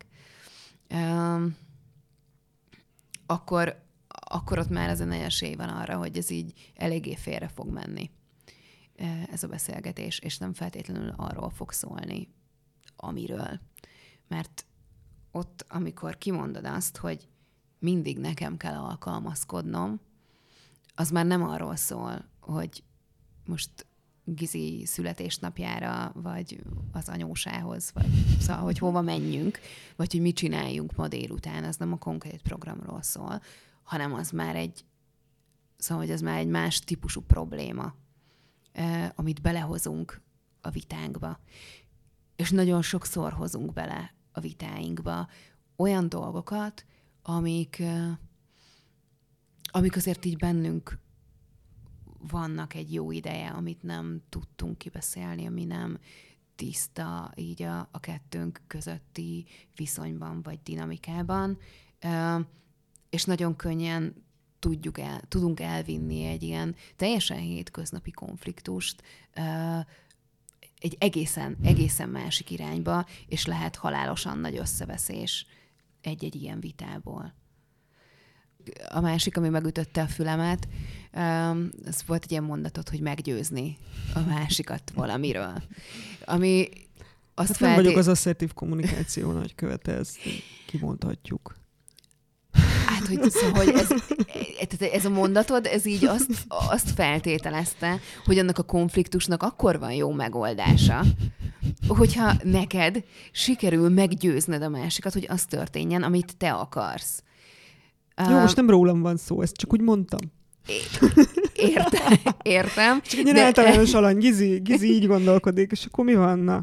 akkor ott már az a nagy esély van arra, hogy ez így eléggé félre fog menni. ez a beszélgetés, és nem feltétlenül arról fog szólni, amiről. Mert ott, amikor kimondod azt, hogy mindig nekem kell alkalmazkodnom, az már nem arról szól, hogy most Gizi születésnapjára, vagy az anyósához, vagy szóval, hogy hova menjünk, vagy hogy mit csináljunk ma délután, az nem a konkrét programról szól, hanem az már hogy ez már egy más típusú probléma, amit belehozunk a vitánkba. És nagyon sokszor hozunk bele a vitáinkba olyan dolgokat, amik azért így bennünk vannak egy jó ideje, amit nem tudtunk kibeszélni, ami nem tiszta így a kettőnk közötti viszonyban vagy dinamikában, és nagyon könnyen tudunk elvinni egy ilyen teljesen hétköznapi konfliktust egy egészen másik irányba, és lehet halálosan nagy összeveszés egy-egy ilyen vitából. A másik, ami megütötte a fülemet, az volt egy ilyen mondatot, hogy meggyőzni a másikat valamiről. Ami azt nem vagyok az asszertív kommunikáció nagykövete, ezt kimondhatjuk. Hát, hogy ez a mondatod, ez így azt feltételezte, hogy annak a konfliktusnak akkor van jó megoldása, hogyha neked sikerül meggyőzned a másikat, hogy az történjen, amit te akarsz. Jó, most nem rólam van szó, ezt csak úgy mondtam. Értem. Csak egy általános alany, Gizi így gondolkodik, és akkor mi van? Na?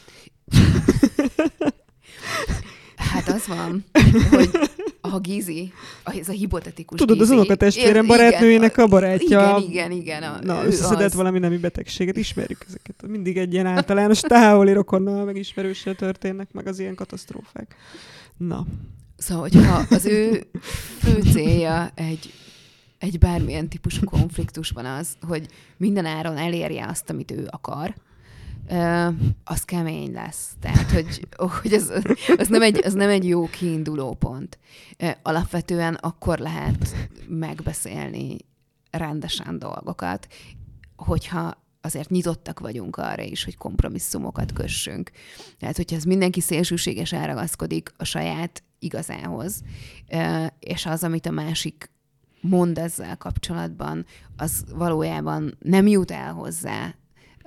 Hát az van, hogy a Gizi, ez a hipotetikus Tudod, Gizi, az unokatestvérem barátnőjének a barátja. Igen. Összeszedett valami nemi betegséget, ismerjük ezeket. Mindig egy ilyen általános távoli rokonnal, meg ismerőssel történnek meg az ilyen katasztrófák. Na. Szóval, hogyha az ő fő célja egy bármilyen típusú konfliktusban az, hogy minden áron elérje azt, amit ő akar, az kemény lesz. Tehát, hogy az nem egy jó kiinduló pont. Alapvetően akkor lehet megbeszélni rendesen dolgokat, hogyha azért nyitottak vagyunk arra is, hogy kompromisszumokat kössünk. Tehát, hogyha ez mindenki szélsőségesen ragaszkodik a saját igazához, és az, amit a másik mond ezzel kapcsolatban, az valójában nem jut el hozzá,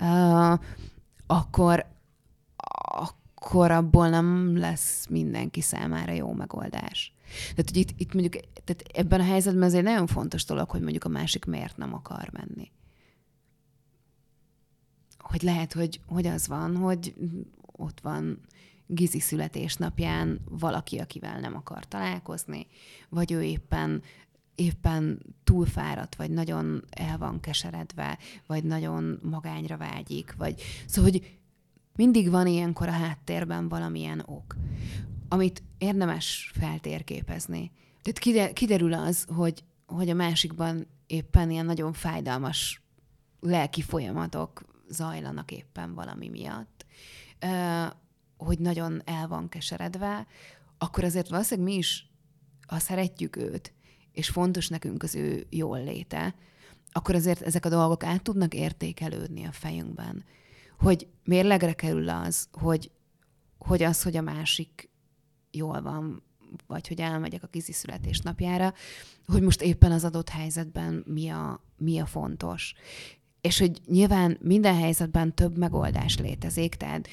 akkor abból nem lesz mindenki számára jó megoldás. Tehát, hogy itt mondjuk tehát ebben a helyzetben ez egy nagyon fontos dolog, hogy mondjuk a másik miért nem akar menni. Hogy lehet, hogy az van, hogy ott van Gizi születésnapján valaki, akivel nem akar találkozni, vagy ő éppen túlfáradt, vagy nagyon el van keseredve, vagy nagyon magányra vágyik, vagy... Szóval, hogy mindig van ilyenkor a háttérben valamilyen ok, amit érdemes feltérképezni. Tehát kiderül az, hogy a másikban éppen ilyen nagyon fájdalmas lelki folyamatok zajlanak éppen valami miatt, hogy nagyon el van keseredve, akkor azért valószínűleg mi is, ha szeretjük őt, és fontos nekünk az ő jól léte, akkor azért ezek a dolgok át tudnak értékelődni a fejünkben. Hogy mérlegre kerül az, hogy a másik jól van, vagy hogy elmegyek a Gizi születésnapjára, hogy most éppen az adott helyzetben mi a fontos. És hogy nyilván minden helyzetben több megoldás létezik, tehát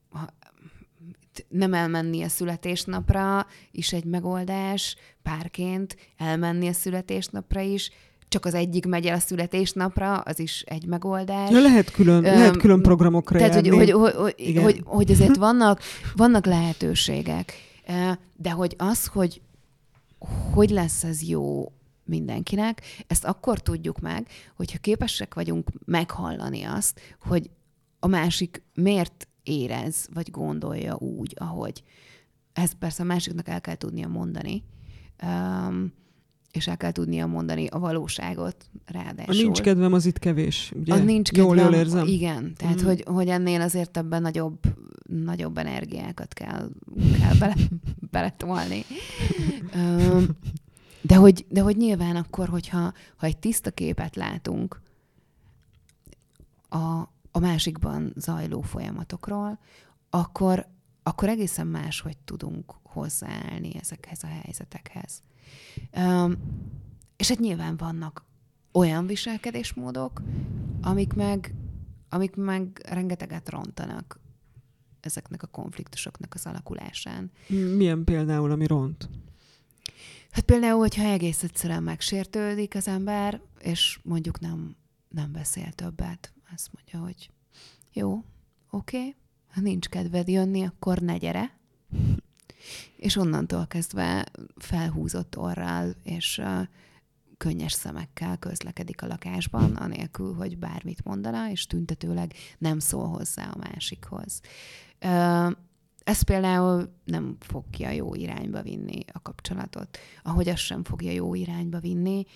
nem elmenni a születésnapra is egy megoldás, párként elmenni a születésnapra is, csak az egyik megy el a születésnapra, az is egy megoldás. Ja, lehet külön programokra tehát, járni. hogy azért vannak lehetőségek, de hogy az, hogy lesz ez jó mindenkinek, ezt akkor tudjuk meg, hogyha képesek vagyunk meghallani azt, hogy a másik miért érez, vagy gondolja úgy, ahogy. Ezt persze a másiknak el kell tudnia mondani, és el kell tudnia mondani a valóságot ráadásul. A nincs kedvem, az itt kevés, ugye? A nincs kedvem, jól érzem. Igen, tehát hogy ennél azért ebben nagyobb energiákat kell beletolni. De hogy nyilván akkor, hogyha egy tiszta képet látunk, a másikban zajló folyamatokról, akkor egészen máshogy tudunk hozzáállni ezekhez a helyzetekhez. És hát nyilván vannak olyan viselkedésmódok, amik meg rengeteget rontanak ezeknek a konfliktusoknak az alakulásán. Milyen például, ami ront? Hát például, hogyha egész egyszerűen megsértődik az ember, és mondjuk nem beszél többet. Azt mondja, hogy jó, oké, ha nincs kedved jönni, akkor ne gyere. És onnantól kezdve felhúzott orral, és könnyes szemekkel közlekedik a lakásban, anélkül, hogy bármit mondana, és tüntetőleg nem szól hozzá a másikhoz. Ez például nem fogja jó irányba vinni a kapcsolatot. Ahogy az sem fogja jó irányba vinni,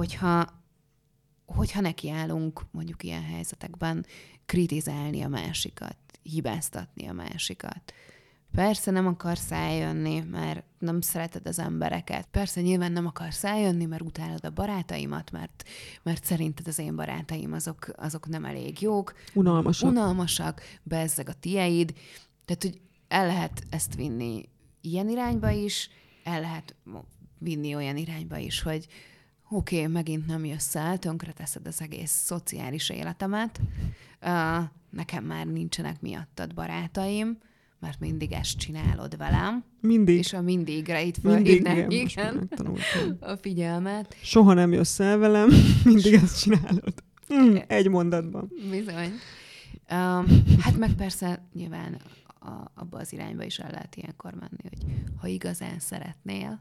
hogyha nekiállunk mondjuk ilyen helyzetekben kritizálni a másikat, hibáztatni a másikat. Persze nem akarsz eljönni, mert nem szereted az embereket. Persze nyilván nem akarsz eljönni, mert utálod a barátaimat, mert szerinted az én barátaim azok nem elég jók. Unalmasak, bezzeg a tieid. Tehát, hogy el lehet ezt vinni ilyen irányba is, el lehet vinni olyan irányba is, hogy oké, megint nem jössz el, tönkreteszed az egész szociális életemet, nekem már nincsenek miattad barátaim, mert mindig ezt csinálod velem. Mindig. És a mindigre itt fölhívnám, igen, a figyelmet. Soha nem jössz el velem, mindig ezt csinálod. Egy mondatban. Bizony. Hát meg persze nyilván abba az irányba is el lehet ilyenkor menni, hogy ha igazán szeretnél,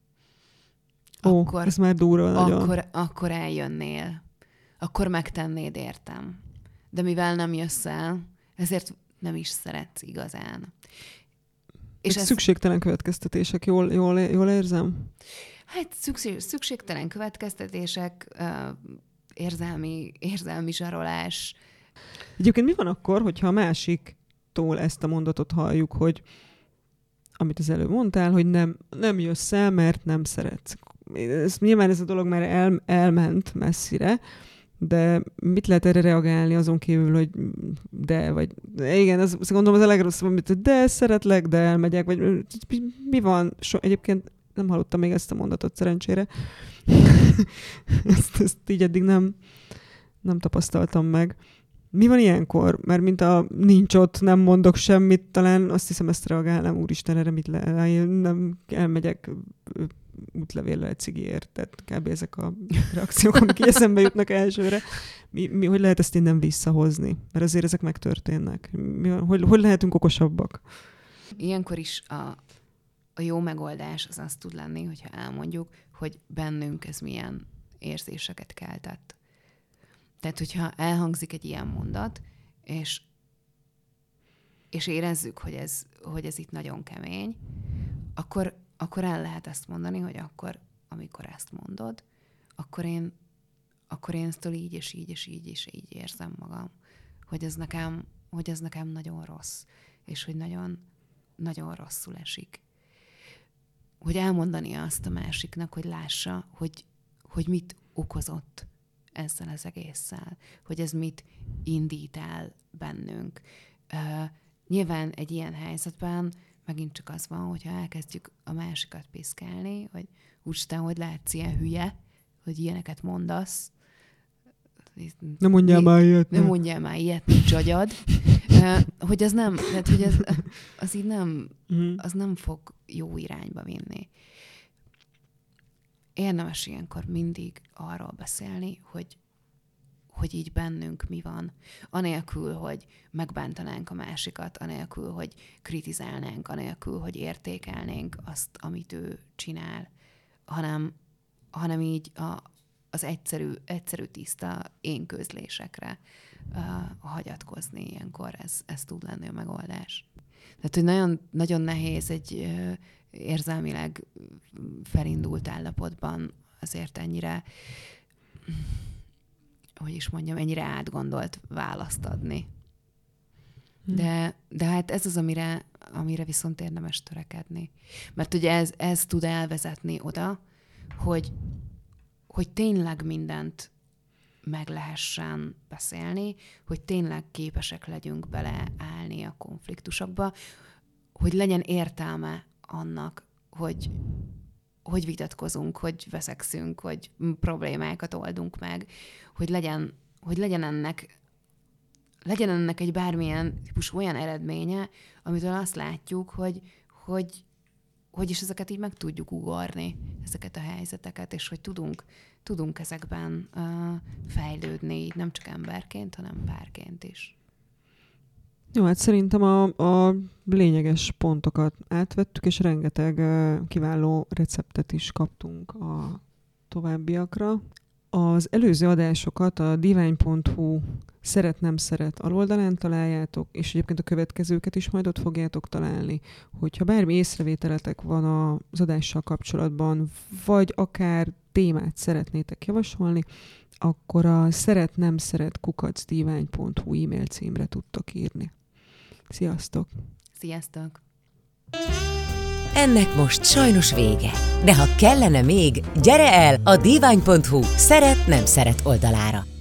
ez már durva nagyon. Akkor eljönnél. Akkor megtennéd, értem. De mivel nem jössz el, ezért nem is szeretsz igazán. És szükségtelen következtetések, jól érzem? Hát szükségtelen következtetések, érzelmi zsarolás. Egyébként mi van akkor, hogyha a másiktól ezt a mondatot halljuk, hogy amit az előbb mondtál, hogy nem jössz el, mert nem szeretsz. Nyilván ez a dolog már elment messzire, de mit lehet erre reagálni azon kívül, hogy vagy igen, azt gondolom az a legrosszabb, amit de szeretlek, de elmegyek, vagy mi van? Egyébként nem hallottam még ezt a mondatot szerencsére. ezt így eddig nem tapasztaltam meg. Mi van ilyenkor? Mert mint a nincs ott, nem mondok semmit, talán azt hiszem ezt reagálnám, úristen, erre mit nem elmegyek útlevéllel egy cigiért, tehát kb. Ezek a reakciók, amik így eszembe jutnak elsőre. Hogy lehet ezt innen visszahozni? Mert azért ezek megtörténnek. Hogy lehetünk okosabbak? Ilyenkor is a jó megoldás az azt tud lenni, hogyha elmondjuk, hogy bennünk ez milyen érzéseket keltett. Tehát, hogyha elhangzik egy ilyen mondat, és érezzük, hogy ez itt nagyon kemény, akkor el lehet ezt mondani, hogy akkor, amikor ezt mondod, akkor én eztől így és így és így és így érzem magam, hogy ez nekem nagyon rossz, és hogy nagyon, nagyon rosszul esik. Hogy elmondani azt a másiknak, hogy lássa, hogy mit okozott ezzel az egésszel, hogy ez mit indít el bennünk. Nyilván egy ilyen helyzetben megint csak az van, hogyha elkezdjük a másikat piszkálni, hogy úristen, hogy lehetsz ilyen hülye, hogy ilyeneket mondasz. Nem mondjál már ilyet. Nem mondjál már ilyet, nincs agyad. Hogy az nem, tehát hogy az így nem, az nem fog jó irányba vinni. Érdemes ilyenkor mindig arról beszélni, hogy így bennünk mi van. Anélkül, hogy megbántanánk a másikat, anélkül, hogy kritizálnánk, anélkül, hogy értékelnénk azt, amit ő csinál, hanem így az egyszerű tiszta én közlésekre hagyatkozni ilyenkor. Ez tud lenni a megoldás. Tehát, hogy nagyon, nagyon nehéz egy érzelmileg felindult állapotban azért ennyire, hogy is mondjam, ennyire átgondolt választ adni. De hát ez az, amire viszont érdemes törekedni. Mert ugye ez tud elvezetni oda, hogy tényleg mindent meg lehessen beszélni, hogy tényleg képesek legyünk beleállni a konfliktusokba, hogy legyen értelme annak, hogy vitatkozunk, hogy veszekszünk, hogy problémákat oldunk meg, hogy legyen ennek egy bármilyen típusú olyan eredménye, amitől azt látjuk, hogy is ezeket így meg tudjuk ugorni, ezeket a helyzeteket, és hogy tudunk ezekben fejlődni, így nem csak emberként, hanem párként is. Jó, hát szerintem a lényeges pontokat átvettük, és rengeteg kiváló receptet is kaptunk a továbbiakra. Az előző adásokat a divány.hu szeret-nem szeret aloldalán találjátok, és egyébként a következőket is majd ott fogjátok találni. Hogyha bármi észrevételetek van az adással kapcsolatban, vagy akár témát szeretnétek javasolni, akkor a szeret-nem-szeret@divány.hu e-mail címre tudtok írni. Sziasztok! Sziasztok! Ennek most sajnos vége. De ha kellene még, gyere el a divány.hu szeret-nem szeret oldalára.